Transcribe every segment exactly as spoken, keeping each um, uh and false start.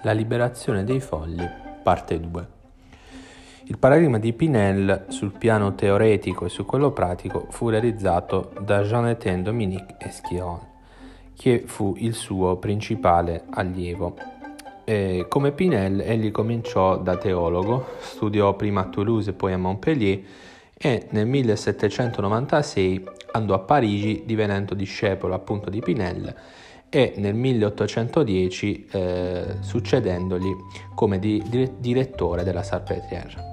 La liberazione dei folli, parte due. Il paradigma di Pinel sul piano teoretico e su quello pratico fu realizzato da Jean-Étienne Dominique Esquirol, che fu il suo principale allievo. E come Pinel, egli cominciò da teologo, studiò prima a Toulouse e poi a Montpellier e nel millesettecentonovantasei andò a Parigi divenendo discepolo appunto di Pinel e nel milleottocentodieci eh, succedendogli come di, di, direttore della Salpêtrière.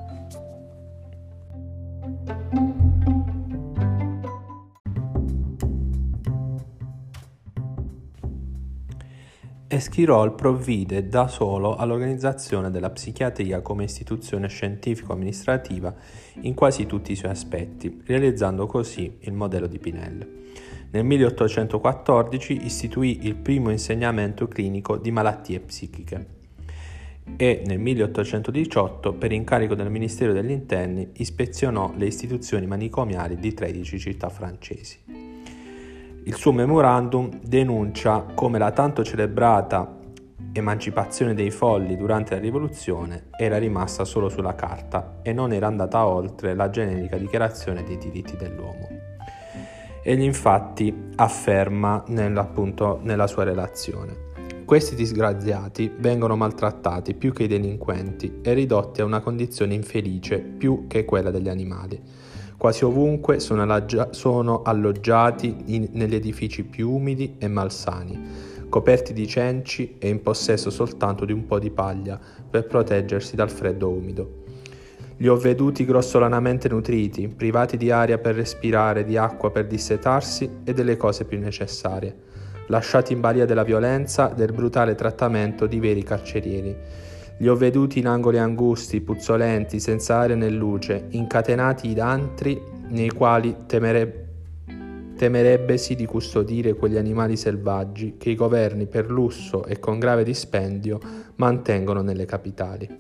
Esquirol provvide da solo all'organizzazione della psichiatria come istituzione scientifico-amministrativa in quasi tutti i suoi aspetti, realizzando così il modello di Pinel. Nel milleottocentoquattordici istituì il primo insegnamento clinico di malattie psichiche e nel milleottocentodiciotto, per incarico del Ministero degli Interni, ispezionò le istituzioni manicomiali di tredici città francesi. Il suo memorandum denuncia come la tanto celebrata emancipazione dei folli durante la rivoluzione era rimasta solo sulla carta e non era andata oltre la generica dichiarazione dei diritti dell'uomo. Egli infatti afferma nell'appunto nella sua relazione: questi disgraziati vengono maltrattati più che i delinquenti e ridotti a una condizione infelice più che quella degli animali. Quasi ovunque sono, allaggia- sono alloggiati in- negli edifici più umidi e malsani, coperti di cenci e in possesso soltanto di un po' di paglia per proteggersi dal freddo umido. Li ho veduti grossolanamente nutriti, privati di aria per respirare, di acqua per dissetarsi e delle cose più necessarie, lasciati in balia della violenza, del brutale trattamento di veri carcerieri. Li ho veduti in angoli angusti, puzzolenti, senza aria né luce, incatenati in antri nei quali temere... temerebbesi di custodire quegli animali selvaggi che i governi per lusso e con grave dispendio mantengono nelle capitali.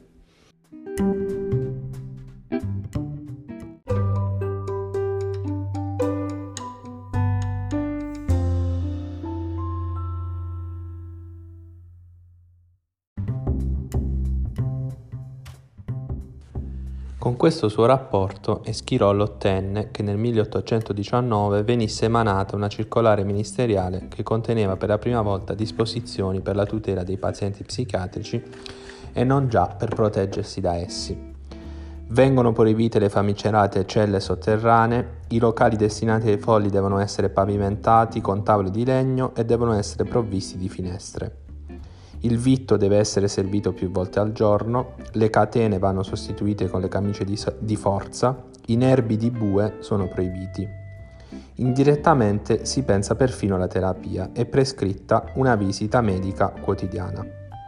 Con questo suo rapporto Esquirol ottenne che nel milleottocentodiciannove venisse emanata una circolare ministeriale che conteneva per la prima volta disposizioni per la tutela dei pazienti psichiatrici e non già per proteggersi da essi. Vengono proibite le famigerate celle sotterranee, i locali destinati ai folli devono essere pavimentati con tavole di legno e devono essere provvisti di finestre. Il vitto deve essere servito più volte al giorno, le catene vanno sostituite con le camicie di, di forza, i nervi di bue sono proibiti. Indirettamente si pensa perfino alla terapia, è prescritta una visita medica quotidiana.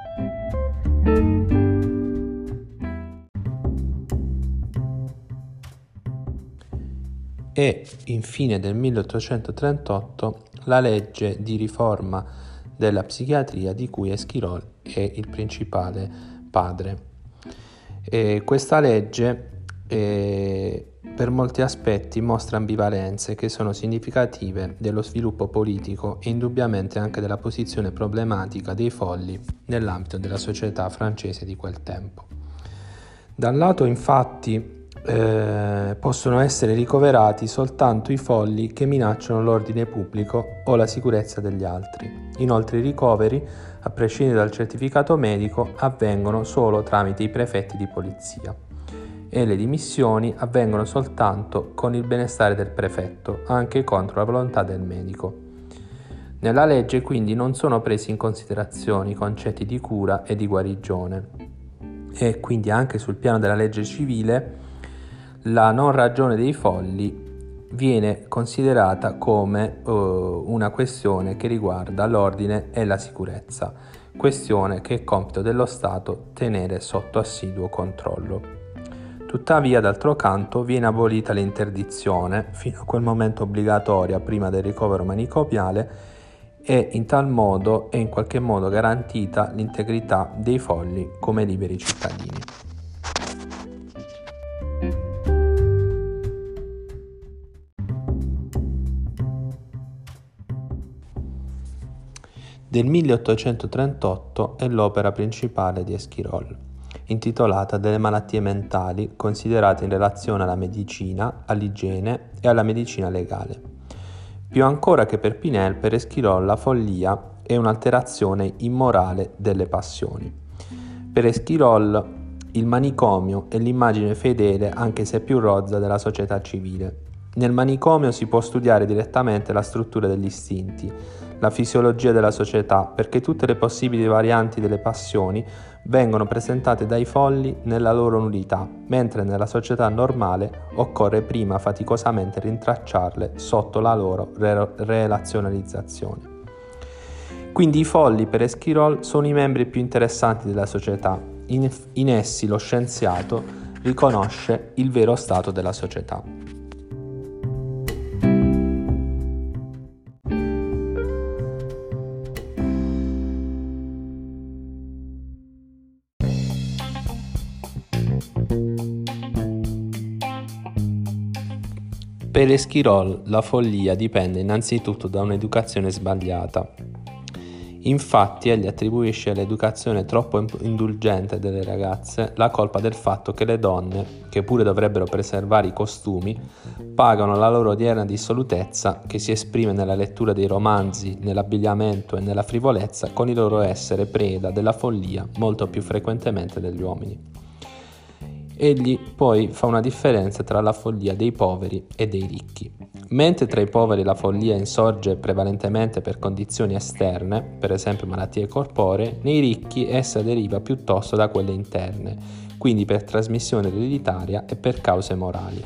E infine del milleottocentotrentotto la legge di riforma della psichiatria di cui Esquirol è il principale padre. E questa legge eh, per molti aspetti mostra ambivalenze che sono significative dello sviluppo politico e indubbiamente anche della posizione problematica dei folli nell'ambito della società francese di quel tempo. Da un lato, infatti, Eh, possono essere ricoverati soltanto i folli che minacciano l'ordine pubblico o la sicurezza degli altri. Inoltre i ricoveri, a prescindere dal certificato medico, avvengono solo tramite i prefetti di polizia e le dimissioni avvengono soltanto con il benestare del prefetto, anche contro la volontà del medico. Nella legge quindi non sono presi in considerazione i concetti di cura e di guarigione e quindi anche sul piano della legge civile la non ragione dei folli viene considerata come uh, una questione che riguarda l'ordine e la sicurezza, questione che è compito dello Stato tenere sotto assiduo controllo. Tuttavia, d'altro canto, viene abolita l'interdizione, fino a quel momento obbligatoria prima del ricovero manicomiale, e in tal modo è in qualche modo garantita l'integrità dei folli come liberi cittadini. del milleottocentotrentotto è l'opera principale di Esquirol, intitolata Delle malattie mentali considerate in relazione alla medicina, all'igiene e alla medicina legale. Più ancora che per Pinel, per Esquirol la follia è un'alterazione immorale delle passioni. Per Esquirol il manicomio è l'immagine fedele, anche se più rozza, della società civile. Nel manicomio si può studiare direttamente la struttura degli istinti, la fisiologia della società, perché tutte le possibili varianti delle passioni vengono presentate dai folli nella loro nullità, mentre nella società normale occorre prima faticosamente rintracciarle sotto la loro re- relazionalizzazione. Quindi i folli per Esquirol sono i membri più interessanti della società. In, in essi lo scienziato riconosce il vero stato della società. Per Esquirol la follia dipende innanzitutto da un'educazione sbagliata. Infatti egli attribuisce all'educazione troppo indulgente delle ragazze la colpa del fatto che le donne, che pure dovrebbero preservare i costumi, pagano la loro odierna dissolutezza che si esprime nella lettura dei romanzi, nell'abbigliamento e nella frivolezza con il loro essere preda della follia molto più frequentemente degli uomini. Egli poi fa una differenza tra la follia dei poveri e dei ricchi. Mentre tra i poveri la follia insorge prevalentemente per condizioni esterne, per esempio malattie corporee, nei ricchi essa deriva piuttosto da quelle interne, quindi per trasmissione ereditaria e per cause morali.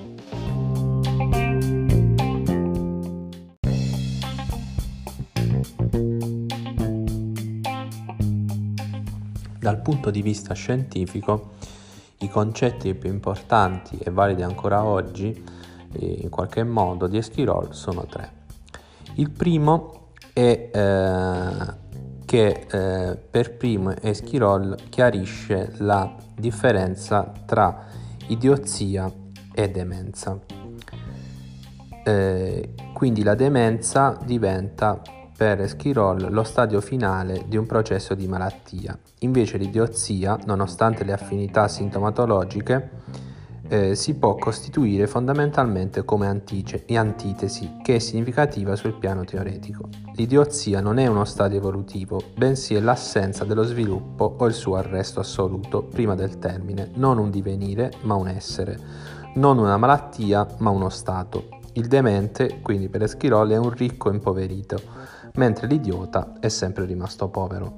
Dal punto di vista scientifico, i concetti più importanti e validi ancora oggi, in qualche modo, di Esquirol sono tre. Il primo è eh, che eh, per primo Esquirol chiarisce la differenza tra idiozia e demenza. Eh, quindi la demenza diventa per Esquirol lo stadio finale di un processo di malattia. Invece l'idiozia, nonostante le affinità sintomatologiche, eh, si può costituire fondamentalmente come antice- antitesi, che è significativa sul piano teoretico. L'idiozia non è uno stadio evolutivo, bensì è l'assenza dello sviluppo o il suo arresto assoluto prima del termine, non un divenire ma un essere, non una malattia ma uno stato. Il demente, quindi per Esquirol, è un ricco impoverito, mentre l'idiota è sempre rimasto povero.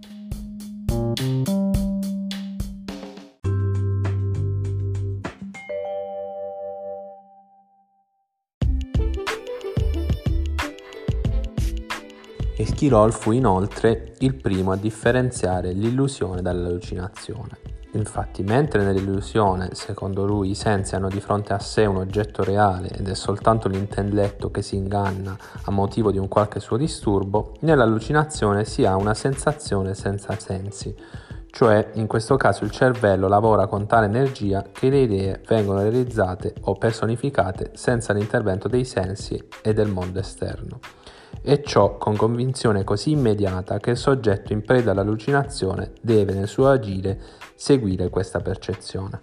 Esquirol fu inoltre il primo a differenziare l'illusione dall'allucinazione. Infatti, mentre nell'illusione, secondo lui, i sensi hanno di fronte a sé un oggetto reale ed è soltanto l'intelletto che si inganna a motivo di un qualche suo disturbo, nell'allucinazione si ha una sensazione senza sensi, cioè in questo caso il cervello lavora con tale energia che le idee vengono realizzate o personificate senza l'intervento dei sensi e del mondo esterno. E ciò con convinzione così immediata che il soggetto in preda all'allucinazione deve nel suo agire seguire questa percezione.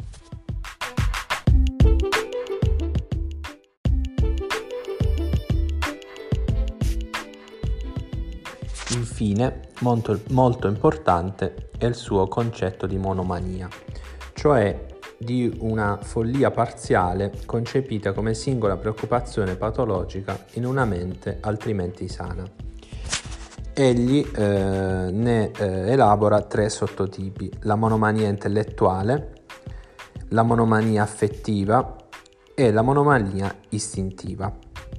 Infine, molto, molto importante è il suo concetto di monomania, cioè di una follia parziale concepita come singola preoccupazione patologica in una mente altrimenti sana. Egli eh, ne eh, elabora tre sottotipi: la monomania intellettuale, la monomania affettiva e la monomania istintiva.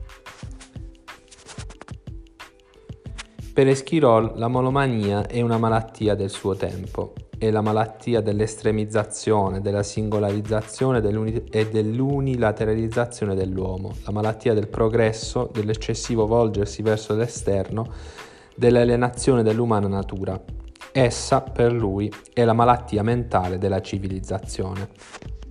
Per Esquirol la monomania è una malattia del suo tempo. È la malattia dell'estremizzazione, della singolarizzazione e dell'unilateralizzazione dell'uomo, la malattia del progresso, dell'eccessivo volgersi verso l'esterno, dell'alienazione dell'umana natura. Essa, per lui, è la malattia mentale della civilizzazione.